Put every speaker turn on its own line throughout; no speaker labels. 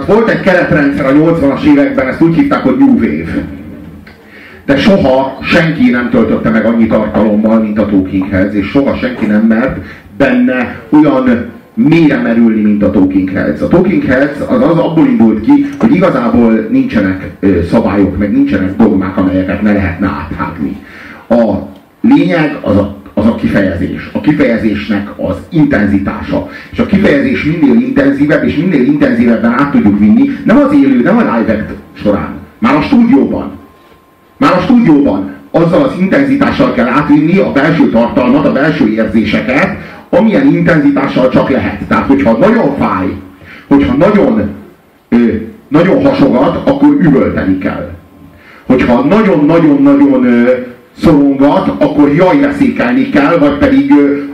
volt egy keretrendszer a 80-as években, ezt úgy hívták, hogy New Wave. De soha senki nem töltötte meg annyi tartalommal, mint a Talking Heads, és soha senki nem mert benne olyan mélyre merülni, mint a Talking Heads. A Talking Heads az abból indult ki, hogy igazából nincsenek szabályok, meg nincsenek dogmák, amelyeket ne lehetne áthágni. A lényeg az a kifejezés. A kifejezésnek az intenzitása. És a kifejezés minél intenzívebb, és minél intenzívebben át tudjuk vinni, nem az élő, nem a live act során, már a stúdióban. Már a stúdióban azzal az intenzitással kell átvinni a belső tartalmat, a belső érzéseket, amilyen intenzitással csak lehet. Tehát, hogyha nagyon fáj, hogyha nagyon hasogat, akkor üvölteni kell. Hogyha nagyon-nagyon-nagyon szorongat, akkor jajveszékelni kell, vagy pedig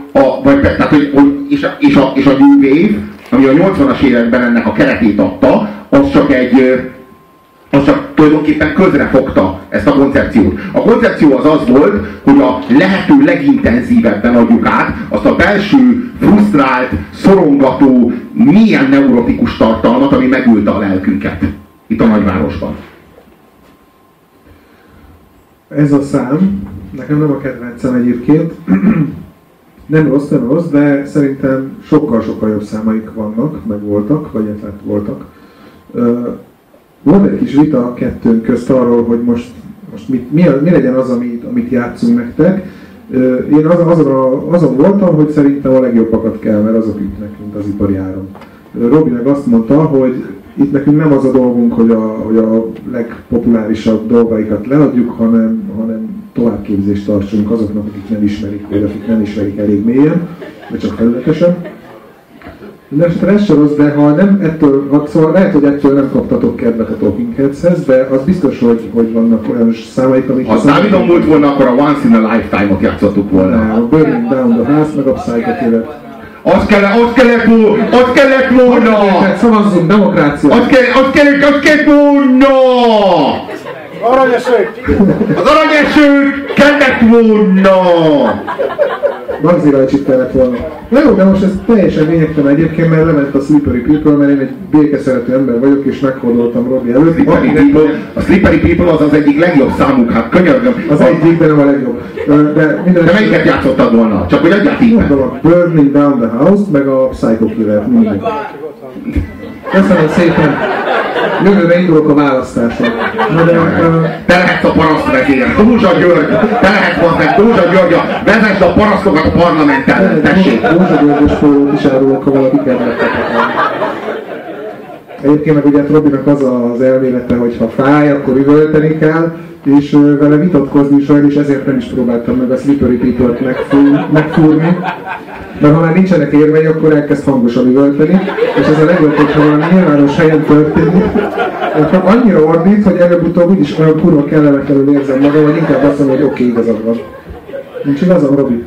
és a New Wave, ami a 80-as években ennek a keretét adta, az csak tulajdonképpen közrefogta ezt a koncepciót. A koncepció az volt, hogy a lehető legintenzívebben adjuk át azt a belső, frusztrált, szorongató, milyen neurotikus tartalmat, ami megülte a lelkünket itt a nagyvárosban.
Ez a szám, nekem nem a kedvencem egyébként, nem rossz, de szerintem sokkal-sokkal jobb számaik vannak, meg voltak, vagy hát voltak. Volt egy kis vita a kettőnk közt arról, hogy most mi legyen az, amit játszunk nektek. Én azon voltam, hogy szerintem a legjobbakat kell, mert azok ütnek, mint az ipari áron. Robi meg azt mondta, hogy itt nekünk nem az a dolgunk, hogy a legpopulárisabb dolgaikat leadjuk, hanem továbbképzést tartsunk azoknak, akik nem ismerik, vagy akik nem ismerik elég mélyen, vagy csak felületesen. De ez se rossz, de ha nem ettől, szóval lehet, hogy ettől nem kaptatok kedvet a Talking Headshez, de az biztos, hogy vannak olyan számaik, amik...
Ha Dávidon múlt volna, akkor a Once in a Lifetime-ot játszottuk volna.
A Burning Down the House, meg a Psycho.
Azt kellett volna!
Szavazzunk, demokrácia!
Azt kellett volna!
Aranyesők!
Az aranyesők kellett volna!
Magzi Rajcsit kellett volna. Na jó, de most ez teljesen lényegtelen egyébként, mert lement a Slippery People, mert én egy békeszerető ember vagyok, és meghódoltam Robi előtt.
A Slippery People az egyik legjobb számuk, hát könyörgöm.
Az egyik, de nem a legjobb.
De melyiket játszottad volna? Csak hogy adjál tippet.
A Burning Down the House, meg a Psycho Killer. Köszönöm szépen. Jövőre indulok a választáson.
Te lehetsz a parasztvezér. Dózsa György, te lehetsz meg Dózsa György, vezesd a parasztokat a parlamenten. Tessék.
Dózsa Györgyös folyót is árulok, ha valaki kedvettek. Egyébként meg ugye Robinak az az elmélete, hogy ha fáj, akkor üvölteni kell, és vele vitatkozni is olyan, és ezért nem is próbáltam meg a Slippery People-t megfúrni. Mert ha már nincsenek érvei, akkor elkezd hangosan üvölteni, és ez a legjobb, hogyha valami nyilvános helyen történik, akkor annyira ordít, hogy előbb-utóbb úgyis olyan kurva kellemetlenül érzem magam, hogy inkább azt mondom, hogy oké, igazad van. Nincs igazam, Robi?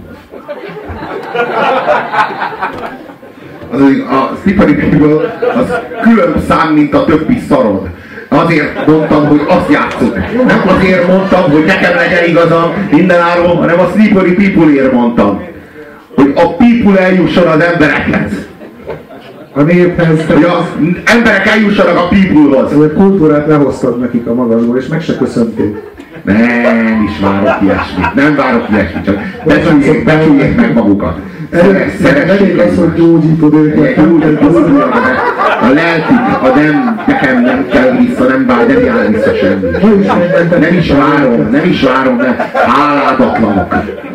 A Slippery People az külön szám, mint a többi szarod. Azért mondtam, hogy azt játszunk. Nem azért mondtam, hogy nekem legyen igazam mindenáron, hanem a Slippery People-ért mondtam. Hogy a people eljusson az emberekhez.
A néphez.
Hogy az emberek eljussanak a people-hoz.
Hogy a kultúrát lehoztad nekik a magadból, és meg se köszönték.
Nem is várok ilyesmit. Nem várok ilyesmit, csak becsüljék meg magukat.
Elég az, hogy gyógyítod őket.
A lelkük, nekem nem kell vissza, nem jár vissza semmi. Nem is várom, de háládatlanok.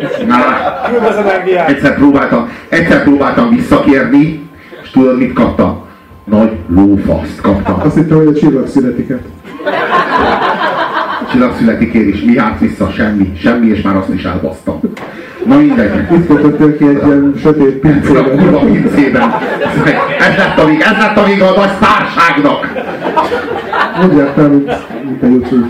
Egyszer próbáltam visszakérni, és tudod, mit kaptam? Nagy lófaszt kaptam.
Azt hittem, hogy a csillagszületiket.
Csillagszületikért is, mi járt vissza? Semmi, és már azt is elbasztam. Na mindegy.
Itt kötöttél ki egy ilyen sötét pincében.
A kurva pincében. Ez lett a vége a nagy sztárságnak.
Mondják fel, mint a YouTube.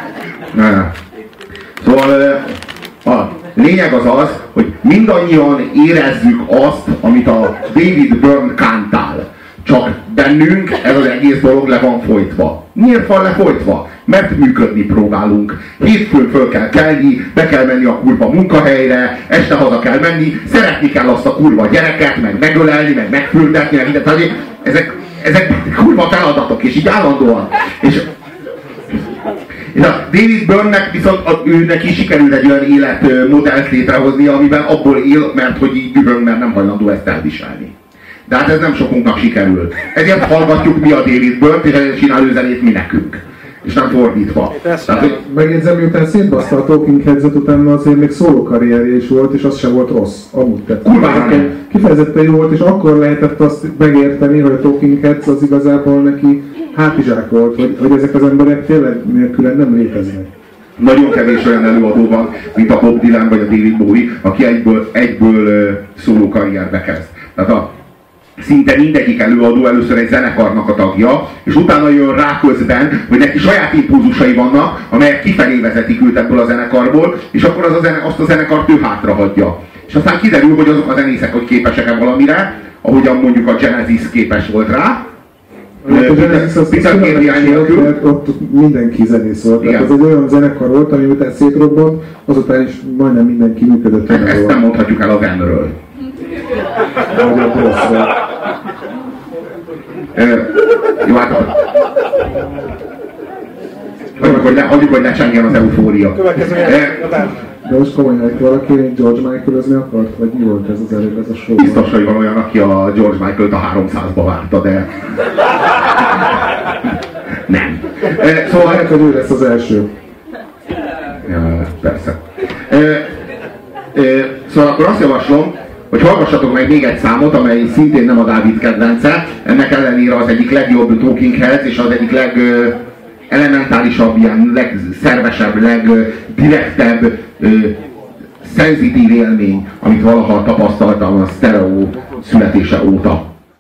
Szóval a lényeg az, hogy mindannyian érezzük azt, amit a David Byrne kántál. Csak bennünk ez az egész dolog le van folytva. Miért van lefolytva? Mert működni próbálunk. Hétfőn föl kell kelni, be kell menni a kurva munkahelyre, este haza kell menni, szeretni kell azt a kurva gyereket, meg megölelni, meg megfürdetni, meg mindent. ezek kurva feladatok, és így állandóan. És a David Byrne-nek viszont őnek is sikerült egy olyan életmodellt létrehozni, amiben abból él, mert hogy így dühöng, mert nem hajlandó ezt elviselni. De hát ez nem sokunknak sikerült. Ezért hallgatjuk mi a David Byrne-t, és ezért csinál ő zenét mi nekünk. És nem fordítva.
Megjegyzem, miután szétbaszta a Talking Heads-et, utána azért még szóló karrierje is volt, és az sem volt rossz. Amúgy tett. Kifejezetten jó volt, és akkor lehetett azt megérteni, hogy a Talking Heads az igazából neki hátizsák volt, hogy ezek az emberek tényleg nélkülen nem léteznek.
Nagyon kevés olyan előadó van, mint a Bob Dylan vagy a David Bowie, aki egyből szóló karrierbe kezd. Tehát szinte mindegyik előadó először egy zenekarnak a tagja, és utána jön rá közben, hogy neki saját impulzusai vannak, amelyek kifelé vezetik őt ebből a zenekarból, és akkor azt a zenekart ő hátrahagyja. És aztán kiderül, hogy azok a zenészek, hogy képesek-e valamire, ahogyan mondjuk a Genesis képes volt rá.
Ott mindenki zenész volt. Tehát az egy olyan zenekar volt, ami után szétrobbant, azután is majdnem mindenki működött.
Ezt nem mondhatjuk el a Venről. Jó, hát hagyjuk, hogy lecsengjen az eufória.
De most komolyan, valaki George Michael-özni akart? Vagy mi volt ez az előbb, ez a show?
Biztos, hogy van olyan, aki a George Michael-t a 300-ba várta, de... nem.
Szóval lehet, hogy ő lesz az első.
Ja, persze. Szóval akkor azt javaslom, hogy hallgassatok meg még egy számot, amely szintén nem a Dávid kedvence, ennek ellenére az egyik legjobb Talking Heads, és az egyik legelementálisabb, ilyen legszervesebb, legdirektebb, szenzitív élmény, amit valaha tapasztaltam a Stereo születése óta.